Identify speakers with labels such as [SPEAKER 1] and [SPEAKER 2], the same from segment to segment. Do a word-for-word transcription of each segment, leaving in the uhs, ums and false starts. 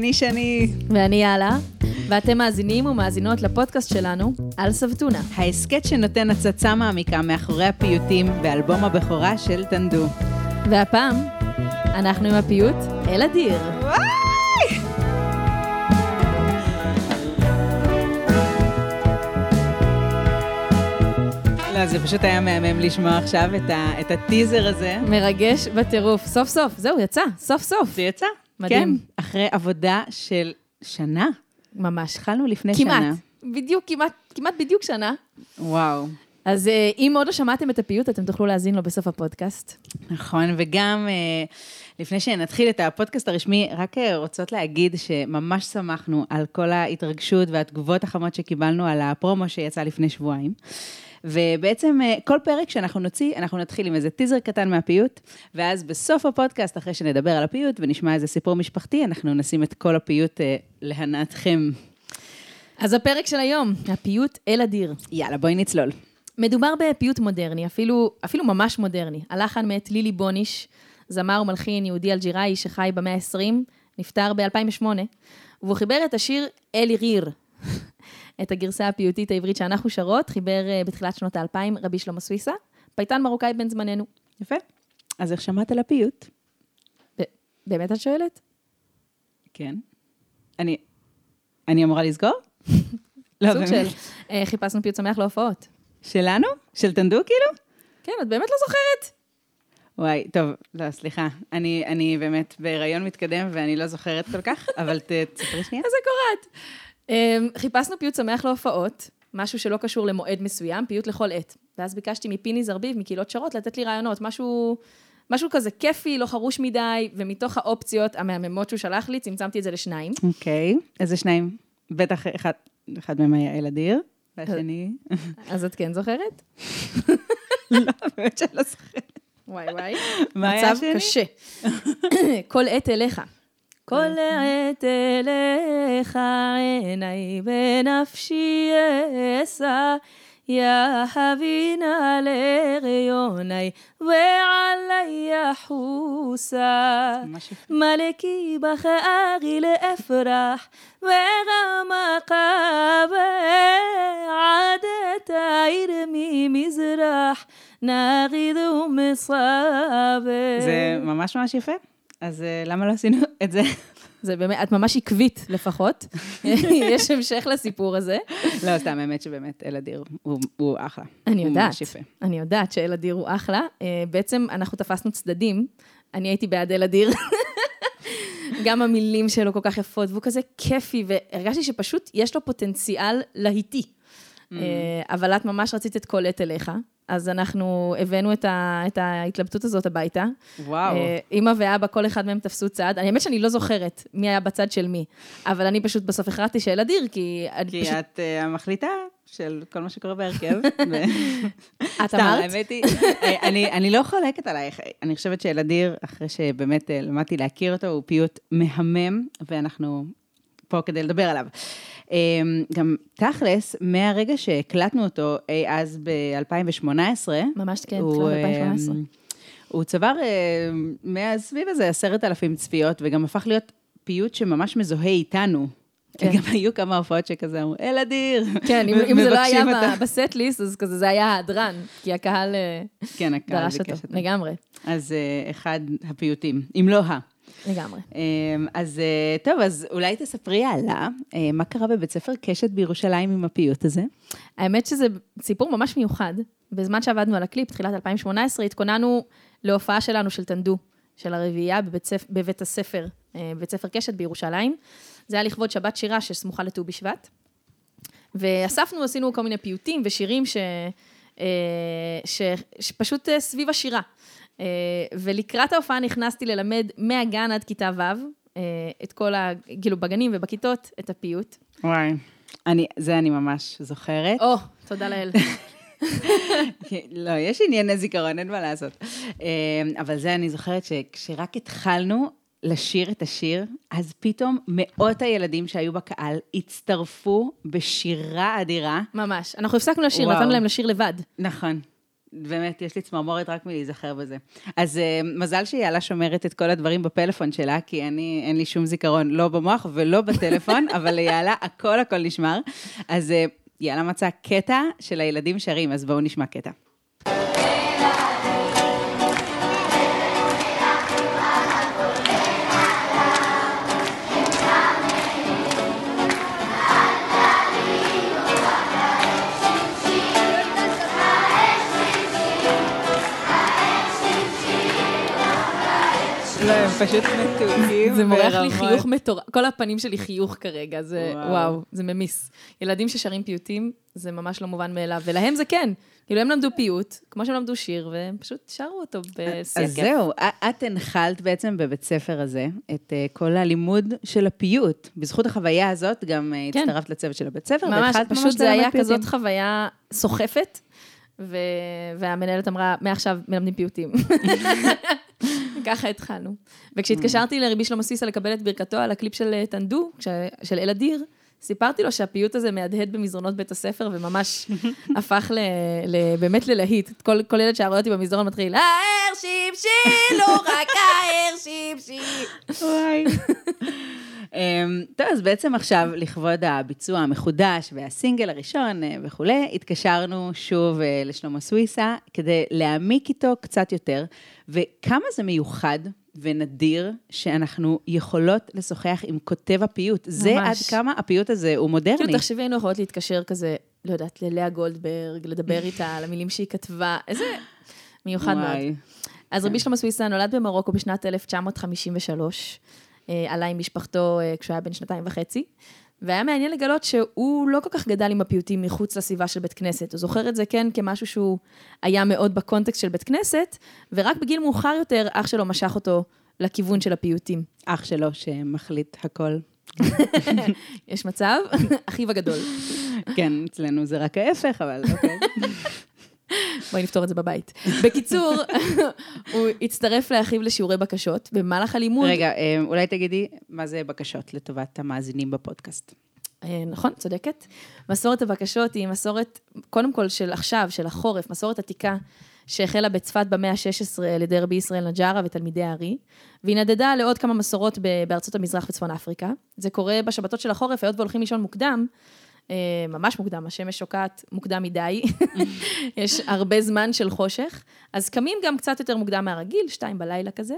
[SPEAKER 1] אני שני.
[SPEAKER 2] ואני יאללה, ואתם מאזינים ומאזינות לפודקאסט שלנו, על סבתונה.
[SPEAKER 1] ההסקט שנותן הצצה מעמיקה מאחורי הפיוטים באלבום הבכורה של תנדו.
[SPEAKER 2] והפעם, אנחנו עם הפיוט אל אדיר.
[SPEAKER 1] וואי! לא, זה פשוט היה מהמם לשמוע עכשיו את, ה, את הטיזר הזה.
[SPEAKER 2] מרגש בטירוף. סוף סוף, זהו, יצא, סוף סוף.
[SPEAKER 1] זה יצא.
[SPEAKER 2] מדהים.
[SPEAKER 1] כן, אחרי עבודה של שנה.
[SPEAKER 2] ממש.
[SPEAKER 1] התחלנו לפני
[SPEAKER 2] כמעט,
[SPEAKER 1] שנה.
[SPEAKER 2] בדיוק, כמעט, כמעט בדיוק שנה.
[SPEAKER 1] וואו.
[SPEAKER 2] אז אם עוד לא שמעתם את הפיוט, אתם תוכלו להאזין לו בסוף הפודקאסט.
[SPEAKER 1] נכון, וגם לפני שנתחיל את הפודקאסט הרשמי, רק רוצות להגיד שממש שמחנו על כל ההתרגשות והתגובות החמות שקיבלנו על הפרומו שיצא לפני שבועיים. ובעצם כל פרק שאנחנו נוציא, אנחנו נתחיל עם איזה טיזר קטן מהפיוט, ואז בסוף הפודקאסט, אחרי שנדבר על הפיוט ונשמע איזה סיפור משפחתי, אנחנו נשים את כל הפיוט להנאתכם.
[SPEAKER 2] אז הפרק של היום, הפיוט אל אדיר.
[SPEAKER 1] יאללה, בואי נצלול.
[SPEAKER 2] מדובר בפיוט מודרני, אפילו, אפילו ממש מודרני. הלחן מאת לילי בוניש, זמר ומלחין יהודי אלג'יראי שחי במאה ה-עשרים, נפטר ב-אלפיים ושמונה, והוא חיבר את השיר אל ריר. את הגרסה הפיוטית העברית שאנחנו שרות, חיבר בתחילת שנות האלפיים רבי שלמה סוויסה, פייטן מרוקאי בן זמננו.
[SPEAKER 1] יפה. אז איך שמעת על הפיוט?
[SPEAKER 2] באמת את שואלת?
[SPEAKER 1] כן. אני, אני אמורה לסגור? לא,
[SPEAKER 2] סוג של, חיפשנו פיוט שמח להופעות.
[SPEAKER 1] שלנו? של תנדו כאילו?
[SPEAKER 2] כן, את באמת לא זוכרת?
[SPEAKER 1] וואי, טוב, לא, סליחה. אני, אני באמת בהיריון מתקדם ואני לא זוכרת כל כך, אבל תספרי שנייה.
[SPEAKER 2] אז זה קוראת. חיפשנו פיוט שמח להופעות, משהו שלא קשור למועד מסוים, פיוט לכל עת. ואז ביקשתי מפיני זרביב, מקהילות שרות, לתת לי רעיונות, משהו, משהו כזה כיפי, לא חרוש מדי, ומתוך האופציות המהממות שהוא שלח לי, צמצמתי את זה לשניים.
[SPEAKER 1] אוקיי, איזה שניים? בטח אחד, אחד מהם היה אל אדיר, והשני...
[SPEAKER 2] אז את כן זוכרת?
[SPEAKER 1] לא, באמת שלא זוכרת.
[SPEAKER 2] וואי וואי.
[SPEAKER 1] מה היה השני?
[SPEAKER 2] מצב קשה. כל עת אליך. כל עת אליך עיניי בנפשי אשא, יהבינה להריוני ועלי יחוסה. מלכי בחרי לאפרח ורמקה ועדת העיר ממזרח נגיד ומסבה.
[SPEAKER 1] זה ממש ממש יפה. אז למה לא עשינו את זה?
[SPEAKER 2] זה באמת, את ממש עקבית לפחות. יש המשך לסיפור הזה.
[SPEAKER 1] לא, סתם, האמת שבאמת אל אדיר הוא, הוא אחלה.
[SPEAKER 2] אני יודעת.
[SPEAKER 1] הוא ממש יפה.
[SPEAKER 2] אני יודעת שאל אדיר הוא אחלה. בעצם אנחנו תפסנו צדדים. אני הייתי בעד אל אדיר. גם המילים שלו כל כך יפות, והוא כזה כיפי, והרגשתי שפשוט יש לו פוטנציאל להיטי. אבל את ממש רצית את כל עת אליך. אז אנחנו הבאנו את, ה, את ההתלבטות הזאת הביתה.
[SPEAKER 1] וואו.
[SPEAKER 2] אמא ואבא, כל אחד מהם תפסו צד. אני האמת שאני לא זוכרת מי היה בצד של מי, אבל אני פשוט בסוף הכרעתי שאל אדיר, כי...
[SPEAKER 1] כי פשוט... את uh, המחליטה של כל מה שקורה בהרכב.
[SPEAKER 2] את אמרת?
[SPEAKER 1] האמת היא, אני, אני לא חולקת עלייך. אני חושבת שאל אדיר, אחרי שבאמת למדתי להכיר אותו, הוא פיוט מהמם, ואנחנו פה כדי לדבר עליו. גם תכלס, מהרגע שהקלטנו אותו אי אז ב-אלפיים שמונה עשרה,
[SPEAKER 2] ממש כן, אלפיים שמונה עשרה.
[SPEAKER 1] הוא צבר מאז סביב הזה עשרת אלפים צפיות, וגם הפך להיות פיוט שממש מזוהה איתנו. גם היו כמה הופעות שכזה אמרו, אל אדיר.
[SPEAKER 2] כן, אם זה לא היה בסט-ליסט, אז כזה זה היה האדרן, כי הקהל דרש אותו, לגמרי.
[SPEAKER 1] אז אחד הפיוטים, אם לא ה.
[SPEAKER 2] לגמרי.
[SPEAKER 1] אז טוב, אז אולי תספרי עלה, מה קרה בבית ספר קשת בירושלים עם הפיוט הזה?
[SPEAKER 2] האמת שזה סיפור ממש מיוחד. בזמן שעבדנו על הקליפ, תחילת אלפיים שמונה עשרה, התכוננו להופעה שלנו של תנדו, של הרביעייה בבית, ספר, בבית הספר, בבית ספר קשת בירושלים. זה היה לכבוד שבת שירה שסמוכה לט"ו בשבט. ואספנו, עשינו כל מיני פיוטים ושירים ש, ש, שפשוט סביב השירה. ולקראת ההופעה נכנסתי ללמד מהגן עד כיתה ו', את כל ה... כאילו בגנים ובכיתות, את הפיוט.
[SPEAKER 1] וואי, אני, זה אני ממש זוכרת.
[SPEAKER 2] או, תודה לאל.
[SPEAKER 1] לא, יש ענייני זיכרון, אין מה לעשות. אבל זה אני זוכרת שכשרק התחלנו לשיר את השיר, אז פתאום מאות הילדים שהיו בקהל הצטרפו בשירה אדירה.
[SPEAKER 2] ממש. אנחנו הפסקנו לשיר, נתנו להם לשיר לבד.
[SPEAKER 1] נכון. באמת, יש לי צמרמורת רק מלהיזכר בזה. אז uh, מזל שיעלה שומרת את כל הדברים בפלאפון שלה, כי אני, אין לי שום זיכרון, לא במוח ולא בטלפון, אבל ליעלה הכל הכל נשמר. אז uh, יעלה מצא קטע של הילדים שרים, אז בואו נשמע קטע. לא, הם פשוט מתוקים.
[SPEAKER 2] זה מורח לי חיוך מטורף, כל הפנים שלי חיוך כרגע, זה וואו, זה ממיס. ילדים ששרים פיוטים, זה ממש לא מובן מאליו, ולהם זה כן. כאילו הם למדו פיוט, כמו שהם למדו שיר, והם פשוט שרו אותו בשיא
[SPEAKER 1] אז זהו, את הנחלת בעצם בבית ספר הזה, את כל הלימוד של הפיוט. בזכות החוויה הזאת, גם הצטרפת לצוות של הבית ספר,
[SPEAKER 2] ממש, פשוט זה היה כזאת חוויה סוחפת, והמנהלת אמרה, מעכשיו מלמדים פיוטים. ככה התחלנו. וכשהתקשרתי לרבי שלמה סוויסה לקבל את ברכתו על הקליפ של תנדו, של אלאדיר, סיפרתי לו שהפיוט הזה מהדהד במזרונות בית הספר, וממש הפך באמת ללהיט. כל ילד שהרואה אותי במזרון מתחיל, הער שימשי, לא רק הער שימשי.
[SPEAKER 1] וואי. טוב, אז בעצם עכשיו, לכבוד הביצוע המחודש והסינגל הראשון וכו', התקשרנו שוב לשלמה סוויסה, כדי להעמיק איתו קצת יותר, וכמה זה מיוחד ונדיר שאנחנו יכולות לשוחח עם כותב הפיוט. זה עד כמה הפיוט הזה הוא מודרני.
[SPEAKER 2] כאילו, תחשבי, היינו יכולות להתקשר כזה, לא יודעת, ללאה גולדברג, לדבר איתה על המילים שהיא כתבה, איזה מיוחד מאוד. אז רבי שלמה סוויסה נולד במרוקו בשנת אלף תשע מאות חמישים ושלוש, עלה עם משפחתו כשהוא היה בן שנתיים וחצי, והיה מעניין לגלות שהוא לא כל כך גדל עם הפיוטים מחוץ לסביבה של בית כנסת. הוא זוכר את זה כן כמשהו שהוא היה מאוד בקונטקסט של בית כנסת, ורק בגיל מאוחר יותר אח שלו משך אותו לכיוון של הפיוטים.
[SPEAKER 1] אח שלו שמחליט הכל.
[SPEAKER 2] יש מצב? אחיו הגדול.
[SPEAKER 1] כן, אצלנו זה רק ההפך, אבל אוקיי.
[SPEAKER 2] בואי נפתור את זה בבית. בקיצור, הוא הצטרף לאחיו לשיעורי בקשות, במהלך הלימוד...
[SPEAKER 1] רגע, אולי תגידי, מה זה בקשות לטובת המאזינים בפודקאסט?
[SPEAKER 2] נכון, צודקת. מסורת הבקשות היא מסורת, קודם כל של עכשיו, של החורף, מסורת עתיקה, שהחלה בצפת במאה ה-שש עשרה על ידי רבי ישראל נג'ארה ותלמידי הארי, והיא נדדה לעוד כמה מסורות בארצות המזרח וצפון אפריקה. זה קורה בשבתות של החורף, היות והולכים לישון מוקדם, ממש מוקדם, השמש שוקעת מוקדם מדי, יש הרבה זמן של חושך, אז קמים גם קצת יותר מוקדם מהרגיל, שתיים בלילה כזה,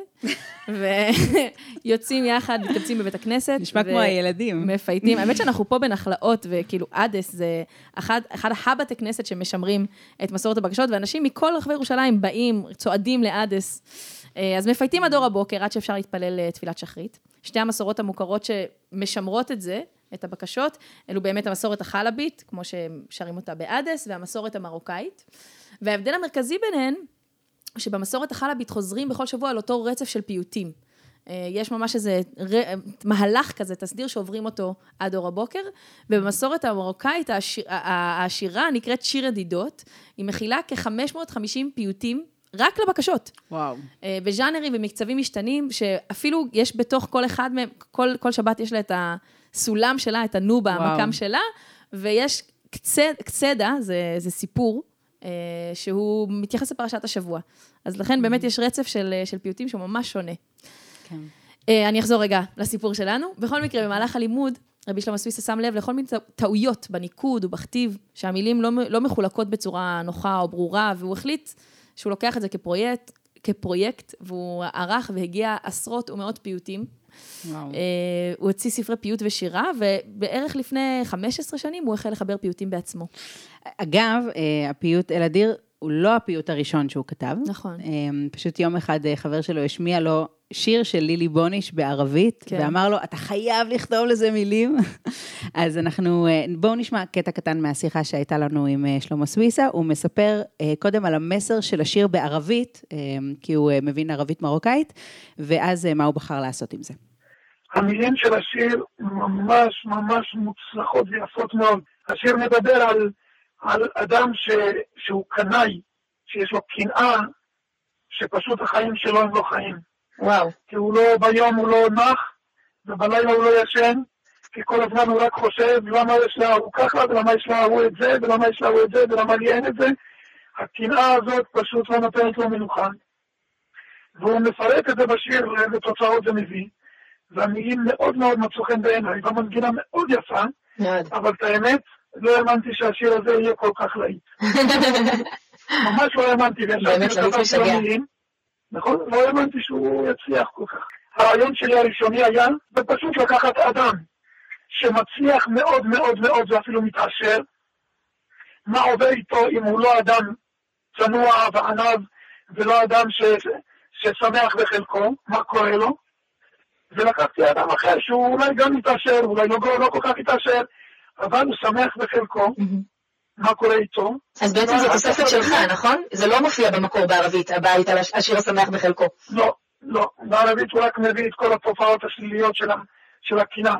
[SPEAKER 2] ויוצאים יחד, מתקבצים בבית הכנסת.
[SPEAKER 1] נשמע כמו הילדים.
[SPEAKER 2] מפייטים, האמת שאנחנו פה בנחלאות, וכאילו אדס זה אחד, אחד הבתי כנסת שמשמרים את מסורת הבקשות, ואנשים מכל רחבי ירושלים באים, צועדים לאדס, אז מפייטים עד אור הבוקר, עד שאפשר להתפלל תפילת שחרית. שתי המסורות המוכרות שמשמרות את זה, את הבקשות, אלו באמת המסורת החלבית, כמו ששרים אותה באדס, והמסורת המרוקאית. וההבדל המרכזי ביניהן, שבמסורת החלבית חוזרים בכל שבוע על אותו רצף של פיוטים. יש ממש איזה מהלך כזה, תסדיר שעוברים אותו עד אור הבוקר, ובמסורת המרוקאית, השירה נקראת שיר ידידות, היא מכילה כ-חמש מאות וחמישים פיוטים, רק לבקשות.
[SPEAKER 1] וואו.
[SPEAKER 2] וז'אנרים ומקצבים משתנים, שאפילו יש בתוך כל אחד מהם, כל, כל שבת יש לה את הסולם שלה, את הנובה, המקם שלה, ויש קצד, קצדה, זה, זה סיפור, שהוא מתייחס לפרשת השבוע. אז לכן באמת יש רצף של, של פיוטים שהוא ממש שונה. כן. אני אחזור רגע לסיפור שלנו. בכל מקרה, במהלך הלימוד, רבי שלמה סוויסה שם לב לכל מיני טעויות בניקוד ובכתיב, שהמילים לא, לא מחולקות בצורה נוחה או ברורה, והוא החליט שהוא לוקח את זה כפרויקט, כפרויקט, והוא ערך והגיע עשרות ומאות פיוטים. וואו. הוא הוציא ספרי פיוט ושירה, ובערך לפני חמש עשרה שנים הוא החל לחבר פיוטים בעצמו.
[SPEAKER 1] אגב, הפיוט אלאדיר הוא לא הפיוט הראשון שהוא כתב.
[SPEAKER 2] נכון.
[SPEAKER 1] פשוט יום אחד חבר שלו השמיע לו שיר של לילי בוניש בערבית, כן. ואמר לו, אתה חייב לכתוב לזה מילים. אז אנחנו, בואו נשמע קטע קטן מהשיחה שהייתה לנו עם שלמה סוויסה, הוא מספר קודם על המסר של השיר בערבית, כי הוא מבין ערבית מרוקאית, ואז מה הוא בחר לעשות עם זה.
[SPEAKER 3] המילים של השיר ממש ממש מוצלחות ויפות מאוד. השיר מדבר על, על אדם ש, שהוא קנאי, שיש לו קנאה, שפשוט החיים שלו הם לא חיים. וואו. כי הוא לא, ביום הוא לא נח, ובלילה הוא לא ישן, כי כל הזמן הוא רק חושב, למה יש לה הוא ככה, ולמה יש לה הוא את זה, ולמה יש לה הוא את זה, ולמה לי אין את זה. הקנאה הזאת פשוט לא נותנת לו מנוחה, והוא מפרט את זה בשיר ותוצאות זה מביא, והמילים מאוד מאוד מצאו חן בעיניי, והמנגינה מאוד יפה, אבל את האמת, לא האמנתי שהשיר הזה יהיה כל כך להיט. ממש לא האמנתי,
[SPEAKER 4] באמת להיט משגע.
[SPEAKER 3] נכון? לא האמנתי שהוא יצליח כל כך. הרעיון שלי הראשוני היה, ופשוט לקחת אדם שמצליח מאוד מאוד מאוד ואפילו מתעשר, מה עובר איתו אם הוא לא אדם צנוע וענב, ולא אדם ש... ששמח בחלקו, מה קורה לו? ולקחתי אדם אחר שהוא אולי גם מתעשר, אולי לא, לא כל כך מתעשר, אבל הוא שמח בחלקו, מה קורה איתו.
[SPEAKER 4] אז בעצם זו תוספת שלך, נכון? זה לא מופיע במקור בערבית, הבית על השיר השמח בחלקו.
[SPEAKER 3] לא, לא. בערבית הוא רק מביא את כל התופעות השליליות של הקנאה.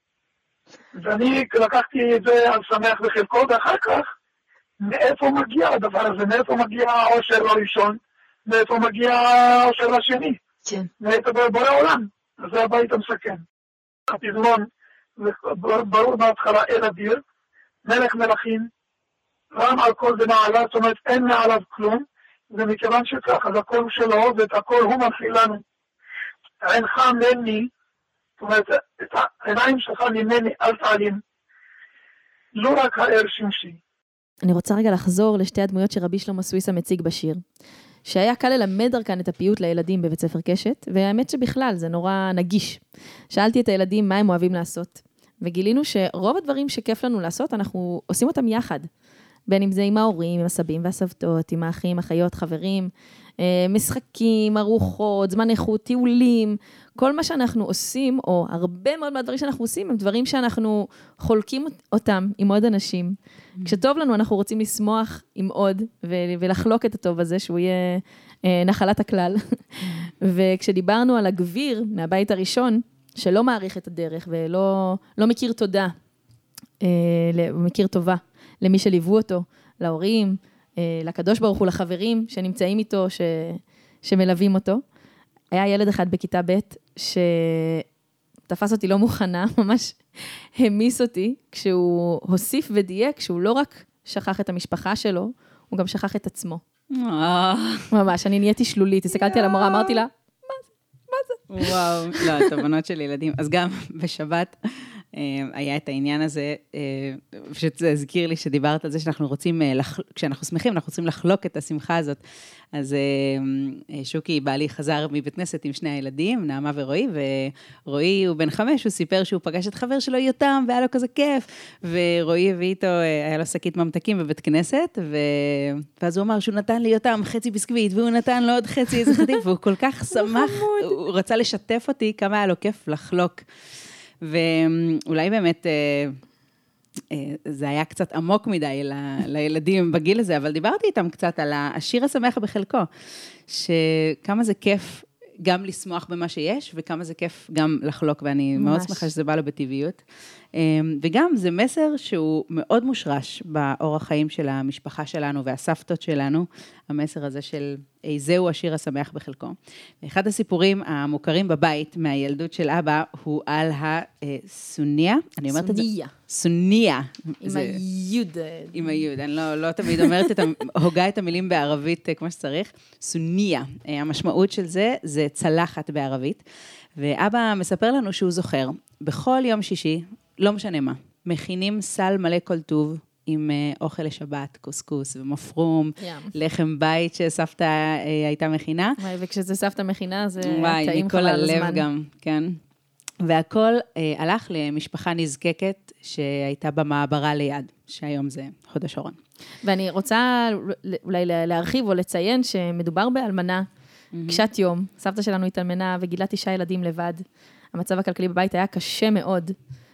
[SPEAKER 3] ואני לקחתי את זה על שמח בחלקו, ואחר כך, מאיפה מגיע הדבר הזה? מאיפה מגיע העושר הראשון? מאיפה מגיע העושר השני?
[SPEAKER 4] כן.
[SPEAKER 3] מאיפה בורא עולם. אז זה הבית המסכם. הפזמון, ברור בהתחלה אל אדיר, מלך מלכים, רם על כל בנעלה, זאת אומרת אין מעליו כלום, ומכיוון שכך, אז הכל שלו, ואת הכל הוא מפעיל לנו. עינך ממני, זאת אומרת, את העיניים שלך ממני אל תעלים, לא רק האר שמשי.
[SPEAKER 2] אני רוצה רגע לחזור לשתי הדמויות שרבי שלמה סוויסה מציג בשיר, שהיה קל ללמד דרכן את הפיוט לילדים בבית ספר קשת, והאמת שבכלל זה נורא נגיש. שאלתי את הילדים מה הם אוהבים לעשות, וגילינו שרוב הדברים שכיף לנו לעשות, אנחנו עושים אותם יחד. בין אם זה עם ההורים, עם הסבים והסבתות, עם האחים, אחיות, חברים, משחקים, ארוחות, זמן איכות, טיולים, כל מה שאנחנו עושים, או הרבה מאוד מהדברים שאנחנו עושים, הם דברים שאנחנו חולקים אותם עם עוד אנשים. כשטוב לנו, אנחנו רוצים לשמוח עם עוד, ולחלוק את הטוב הזה, שהוא יהיה נחלת הכלל. וכשדיברנו על הגביר מהבית הראשון, שלא מעריך את הדרך, ולא לא מכיר תודה, הוא מכיר טובה, למי שליוו אותו, להורים, לקדוש ברוך הוא, לחברים שנמצאים איתו, ש... שמלווים אותו. היה ילד אחד בכיתה ב' שתפס אותי לא מוכנה, ממש המיס אותי, כשהוא הוסיף ודייק, שהוא לא רק שכח את המשפחה שלו, הוא גם שכח את עצמו. ממש, אני נהייתי שלולית, הסתכלתי על המורה, אמרתי לה, מה זה? מה זה?
[SPEAKER 1] וואו, לא, תובנות של ילדים. אז גם בשבת היה את העניין הזה, פשוט זה הזכיר לי שדיברת על זה שאנחנו רוצים, כשאנחנו שמחים, אנחנו רוצים לחלוק את השמחה הזאת. אז שוקי, בעלי, חזר מבית כנסת עם שני הילדים, נעמה ורועי, ורועי הוא בן חמש, הוא סיפר שהוא פגש את חבר שלו יותם, והיה לו כזה כיף, ורועי הביא איתו, היה לו שקית ממתקים בבית כנסת, ו... ואז הוא אמר שהוא נתן לי יותם חצי ביסקוויט, והוא נתן לו עוד חצי איזה חטיף, והוא כל כך שמח, הוא רצה לשתף אותי כמה היה לו כיף לחלוק. ואולי באמת זה היה קצת עמוק מדי לילדים בגיל הזה, אבל דיברתי איתם קצת על השיר השמח בחלקו, שכמה זה כיף גם לשמוח במה שיש, וכמה זה כיף גם לחלוק, ואני ממש. מאוד שמחה שזה בא לו בטבעיות. וגם זה מסר שהוא מאוד מושרש באורח חיים של המשפחה שלנו והסבתות שלנו, המסר הזה של זהו השיר השמח בחלקו. ואחד הסיפורים המוכרים בבית מהילדות של אבא, הוא על הסוניה. אני אומרת את זה.
[SPEAKER 2] סוניה.
[SPEAKER 1] סוניה.
[SPEAKER 2] עם היוד.
[SPEAKER 1] עם היוד. אני לא, לא תמיד אומרת את, הוגה את המילים בערבית כמו שצריך. סוניה. המשמעות של זה, זה צלחת בערבית. ואבא מספר לנו שהוא זוכר, בכל יום שישי, לא משנה מה, מכינים סל מלא כל טוב, עם אוכל לשבת, קוסקוס ומפרום, לחם בית שסבתא הייתה מכינה.
[SPEAKER 2] וואי, וכשזה סבתא מכינה, זה טעים
[SPEAKER 1] חבל על הזמן. וואי, מכל הלב גם, כן. והכל הלך למשפחה נזקקת שהייתה במעברה ליד, שהיום זה חודש אורן.
[SPEAKER 2] ואני רוצה אולי להרחיב או לציין שמדובר באלמנה, קשת יום, סבתא שלנו התאלמנה וגילה תשעה ילדים לבד. המצב הכלכלי בבית היה קשה מאוד,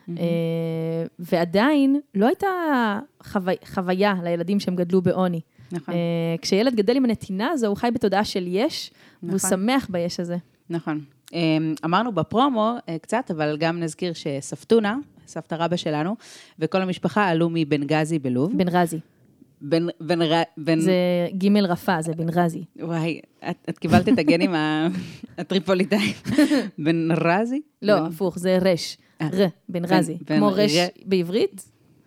[SPEAKER 2] ועדיין לא הייתה חוויה לילדים שהם גדלו בעוני. נכון. כשילד גדל עם הנתינה הזו, הוא חי בתודעה של יש, והוא שמח ביש הזה.
[SPEAKER 1] נכון. אמרנו בפרומו קצת, אבל גם נזכיר שסבתונה, סבתא רבא שלנו, וכל המשפחה עלו מבנגזי בלוב.
[SPEAKER 2] בנגזי.
[SPEAKER 1] בן, בן, בן...
[SPEAKER 2] זה גימל רפה, זה בן רזי.
[SPEAKER 1] וואי, את, את קיבלת את הגנים הטריפוליטאים. בן רזי?
[SPEAKER 2] לא, הפוך, זה רש. ר, בן רזי. כמו רש בעברית?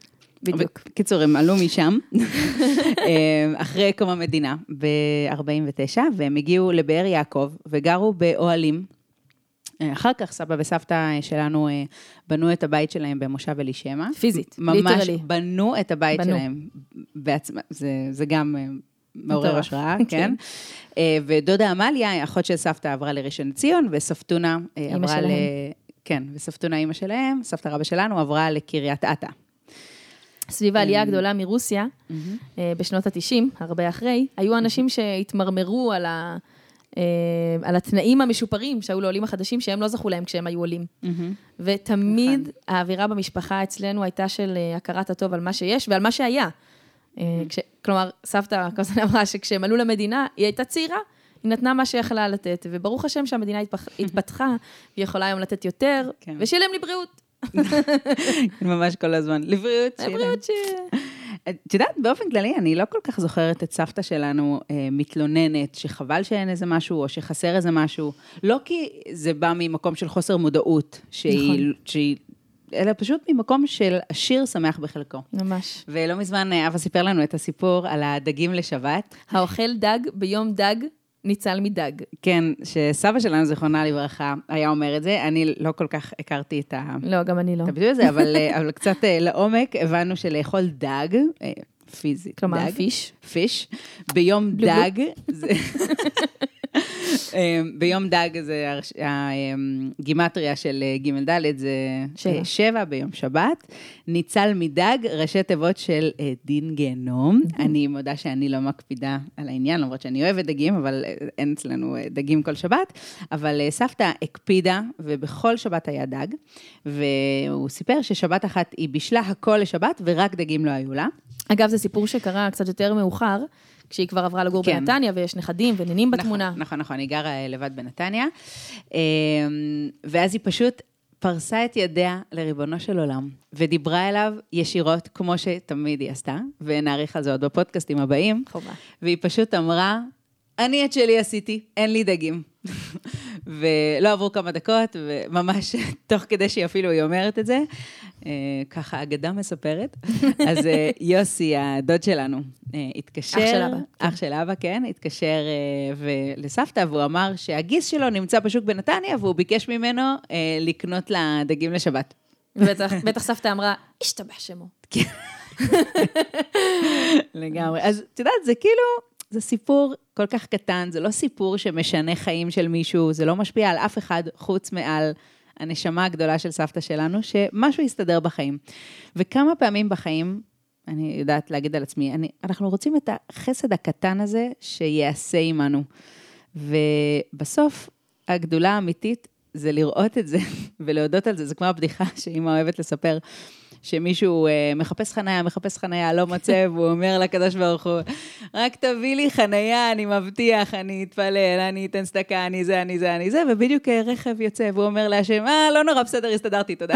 [SPEAKER 2] בדיוק.
[SPEAKER 1] קיצור, הם עלו משם, אחרי קום המדינה, ב-ארבעים ותשע, והם הגיעו לבאר יעקב, וגרו באוהלים. אחר כך סבא וסבתא שלנו בנו את הבית שלהם במושב אלישמע.
[SPEAKER 2] פיזית,
[SPEAKER 1] ממש
[SPEAKER 2] ליטרלי.
[SPEAKER 1] בנו את הבית
[SPEAKER 2] בנו.
[SPEAKER 1] שלהם בעצמם, זה, זה גם מעורר השראה, כן. ודודה עמליה, אחות של סבתא עברה לראשון לציון, וסבתונה עברה ל... כן, וסבתונה אימא שלהם, סבתא רבא שלנו, עברה לקריית אתא.
[SPEAKER 2] סביב העלייה הגדולה מרוסיה, בשנות ה-תשעים, הרבה אחרי, היו אנשים שהתמרמרו על ה... על התנאים המשופרים שהיו לעולים החדשים, שהם לא זכו להם כשהם היו עולים. ותמיד האווירה במשפחה אצלנו הייתה של הכרת הטוב על מה שיש ועל מה שהיה. כלומר, סבתא כזאת אמרה שכשהם עלו למדינה, היא הייתה צעירה, היא נתנה מה שיכולה לתת, וברוך השם שהמדינה התפתחה, היא יכולה היום לתת יותר, ושיהיה להם לבריאות.
[SPEAKER 1] ממש כל הזמן, לבריאות.
[SPEAKER 2] לבריאות ש...
[SPEAKER 1] את יודעת, באופן כללי, אני לא כל כך זוכרת את סבתא שלנו אה, מתלוננת, שחבל שאין איזה משהו, או שחסר איזה משהו, לא כי זה בא ממקום של חוסר מודעות, שהיא, נכון. שהיא, אלא פשוט ממקום של עשיר שמח בחלקו.
[SPEAKER 2] ממש.
[SPEAKER 1] ולא מזמן אבא סיפר לנו את הסיפור על הדגים לשבת.
[SPEAKER 2] האוכל דג ביום דג, ניצל מדג.
[SPEAKER 1] כן, שסבא שלנו, זיכרונה לברכה, היה אומר את זה, אני לא כל כך הכרתי את ה...
[SPEAKER 2] לא, גם אני לא.
[SPEAKER 1] את הביטוי הזה, אבל, אבל קצת לעומק, הבנו שלאכול דג, פיזית,
[SPEAKER 2] כלומר,
[SPEAKER 1] דג,
[SPEAKER 2] פיש.
[SPEAKER 1] פיש, ביום דג, זה... ביום דג זה הגימטריה של ג' ד' זה שבע. שבע ביום שבת, ניצל מדג, ראשי תיבות של דין גיהנום. אני מודה שאני לא מקפידה על העניין, למרות שאני אוהבת דגים, אבל אין אצלנו דגים כל שבת, אבל סבתא הקפידה, ובכל שבת היה דג, והוא סיפר ששבת אחת היא בישלה הכל לשבת, ורק דגים לא היו לה.
[SPEAKER 2] אגב, זה סיפור שקרה קצת יותר מאוחר, כשהיא כבר עברה לגור כן. בנתניה, ויש נכדים ונינים בתמונה.
[SPEAKER 1] נכון, נכון, נכון, היא גרה לבד בנתניה, ואז היא פשוט פרסה את ידיה לריבונו של עולם, ודיברה אליו ישירות, כמו שתמיד היא עשתה, ונעריך על זה עוד בפודקאסטים הבאים,
[SPEAKER 2] חובה.
[SPEAKER 1] והיא פשוט אמרה, אני את שלי עשיתי, אין לי דגים. ולא עברו כמה דקות, וממש תוך כדי שהיא אפילו היא אומרת את זה, ככה אגדה מספרת, אז יוסי, הדוד שלנו, התקשר,
[SPEAKER 2] אח של אבא.
[SPEAKER 1] אח של אבא, כן, התקשר לסבתא, והוא אמר שהגיס שלו נמצא בשוק בנתניה, והוא ביקש ממנו לקנות לה דגים לשבת.
[SPEAKER 2] ובטח סבתא אמרה, השתבח שמו.
[SPEAKER 1] לגמרי. אז את יודעת, זה כאילו... זה סיפור כל כך קטן, זה לא סיפור שמשנה חיים של מישהו, זה לא משפיע על אף אחד חוץ מעל הנשמה הגדולה של סבתא שלנו, שמשהו יסתדר בחיים. וכמה פעמים בחיים, אני יודעת להגיד על עצמי, אני, אנחנו רוצים את החסד הקטן הזה שיעשה עמנו. ובסוף הגדולה האמיתית זה לראות את זה ולהודות על זה, זה כמו הבדיחה שאמא אוהבת לספר, שמישהו מחפש חניה, מחפש חניה, לא מצא, והוא אומר לקדוש ברוך הוא, רק תביא לי חניה, אני מבטיח, אני אתפלל, אני אתן צדקה, אני זה, אני זה, אני זה, ובדיוק רכב יוצא, והוא אומר להשם, אה, לא נורא, בסדר, הסתדרתי, תודה.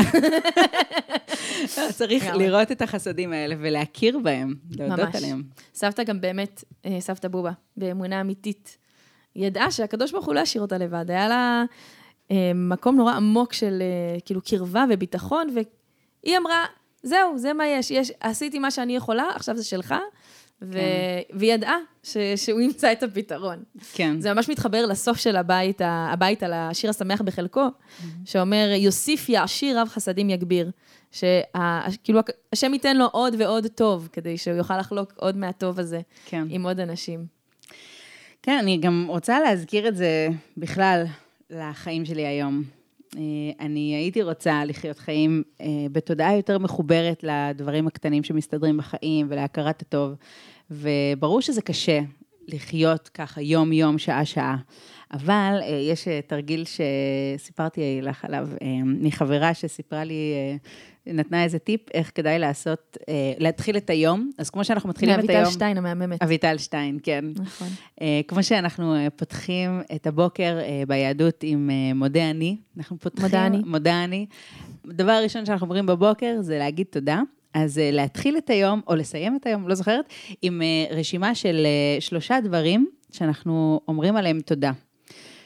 [SPEAKER 1] צריך לראות את החסדים האלה, ולהכיר בהם, להודות עליהם.
[SPEAKER 2] סבתא גם באמת, סבתא בובה, באמונה אמיתית, ידעה שהקדוש ברוך הוא לא השאיר אותה לבד, היה לה מקום נורא עמוק של כאילו קרבה וביטחון, היא אמרה, זהו, זה מה יש, יש, עשיתי מה שאני יכולה, עכשיו זה שלך, ו... כן. והיא ידעה ש... שהוא ימצא את הפתרון.
[SPEAKER 1] כן.
[SPEAKER 2] זה ממש מתחבר לסוף של הבית, הבית על השיר השמח בחלקו, mm-hmm. שאומר, יוסיף יעשיר רב חסדים יגביר, שכאילו השם ייתן לו עוד ועוד טוב, כדי שהוא יוכל לחלוק עוד מהטוב הזה, כן. עם עוד אנשים.
[SPEAKER 1] כן, אני גם רוצה להזכיר את זה בכלל לחיים שלי היום. אני הייתי רוצה לחיות חיים בתודעה יותר מחוברת לדברים הקטנים שמסתדרים בחיים ולהכרת הטוב, וברור שזה קשה לחיות ככה יום יום, שעה שעה, אבל יש תרגיל שסיפרתי לך עליו, מחברה שסיפרה לי, נתנה איזה טיפ, איך כדאי לעשות, להתחיל את היום, אז כמו שאנחנו מתחילים את היום...
[SPEAKER 2] אביטל שטיין המהממת.
[SPEAKER 1] אביטל שטיין, כן.
[SPEAKER 2] נכון.
[SPEAKER 1] כמו שאנחנו פותחים את הבוקר ביהדות עם מודה אני, אנחנו פותחים...
[SPEAKER 2] מודה אני.
[SPEAKER 1] מודה אני. הדבר הראשון שאנחנו אומרים בבוקר זה להגיד תודה, אז להתחיל את היום, או לסיים את היום, לא זוכרת, עם רשימה של שלושה דברים שאנחנו אומרים עליהם תודה.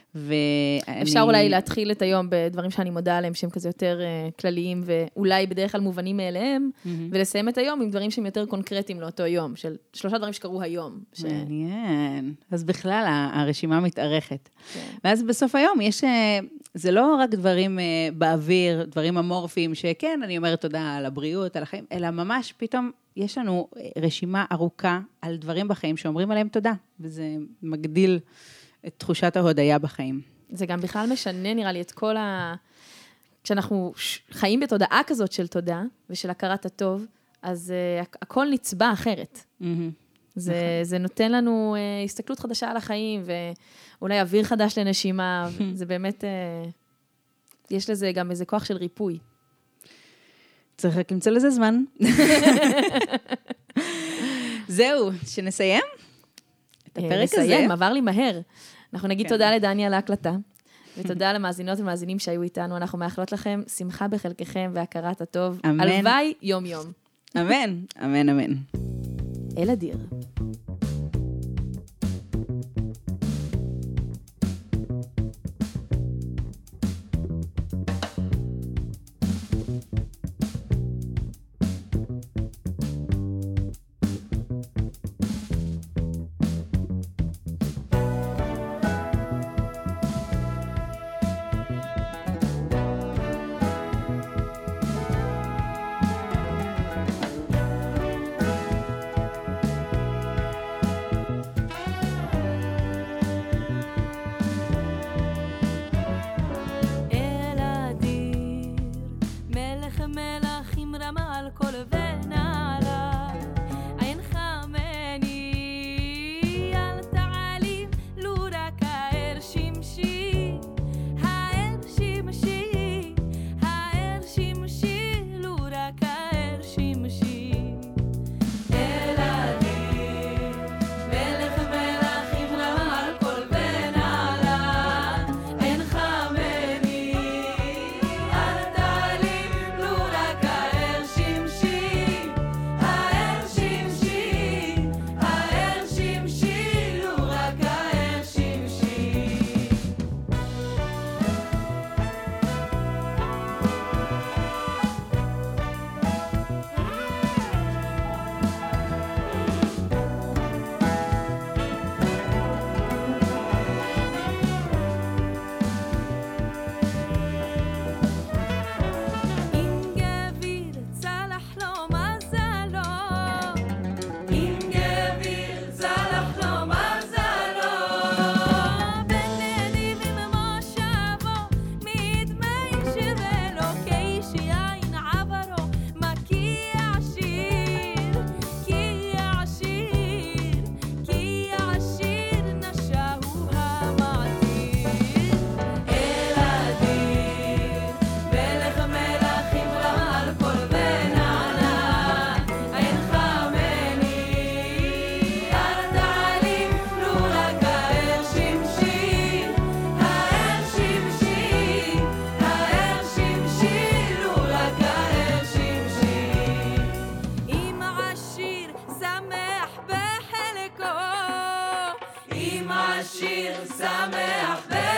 [SPEAKER 1] ואני...
[SPEAKER 2] אפשר אולי להתחיל את היום בדברים שאני מודה עליהם, שהם כזה יותר uh, כלליים, ואולי בדרך כלל מובנים מאליהם, mm-hmm. ולסיים את היום עם דברים שהם יותר קונקרטיים לאותו יום, של שלושה דברים שקרו היום. ש...
[SPEAKER 1] מעניין. אז בכלל הרשימה מתארכת. כן. ואז בסוף היום יש, זה לא רק דברים באוויר, דברים אמורפיים, שכן, אני אומרת תודה על הבריאות, על החיים, אלא ממש פתאום יש לנו רשימה ארוכה על דברים בחיים שאומרים עליהם תודה, וזה מגדיל את תחושת ההודיה בחיים.
[SPEAKER 2] זה גם בכלל משנה, נראה לי, את כל ה... כשאנחנו חיים בתודעה כזאת של תודה, ושל הכרת הטוב, אז uh, הכל נצבע אחרת. Mm-hmm. זה, נכון. זה נותן לנו uh, הסתכלות חדשה על החיים, ואולי אוויר חדש לנשימה, זה באמת, uh, יש לזה גם איזה כוח של ריפוי.
[SPEAKER 1] צריך רק למצוא לזה זמן. זהו, שנסיים? את הפרק הזה.
[SPEAKER 2] נסיים, עבר לי מהר. אנחנו נגיד תודה לדני על ההקלטה, ותודה למאזינות ומאזינים שהיו איתנו. אנחנו מאחלות לכם שמחה בחלקכם והכרת הטוב.
[SPEAKER 1] אמן.
[SPEAKER 2] הלוואי יום יום.
[SPEAKER 1] אמן, אמן, אמן.
[SPEAKER 2] אל אדיר.
[SPEAKER 5] עם השיר שמח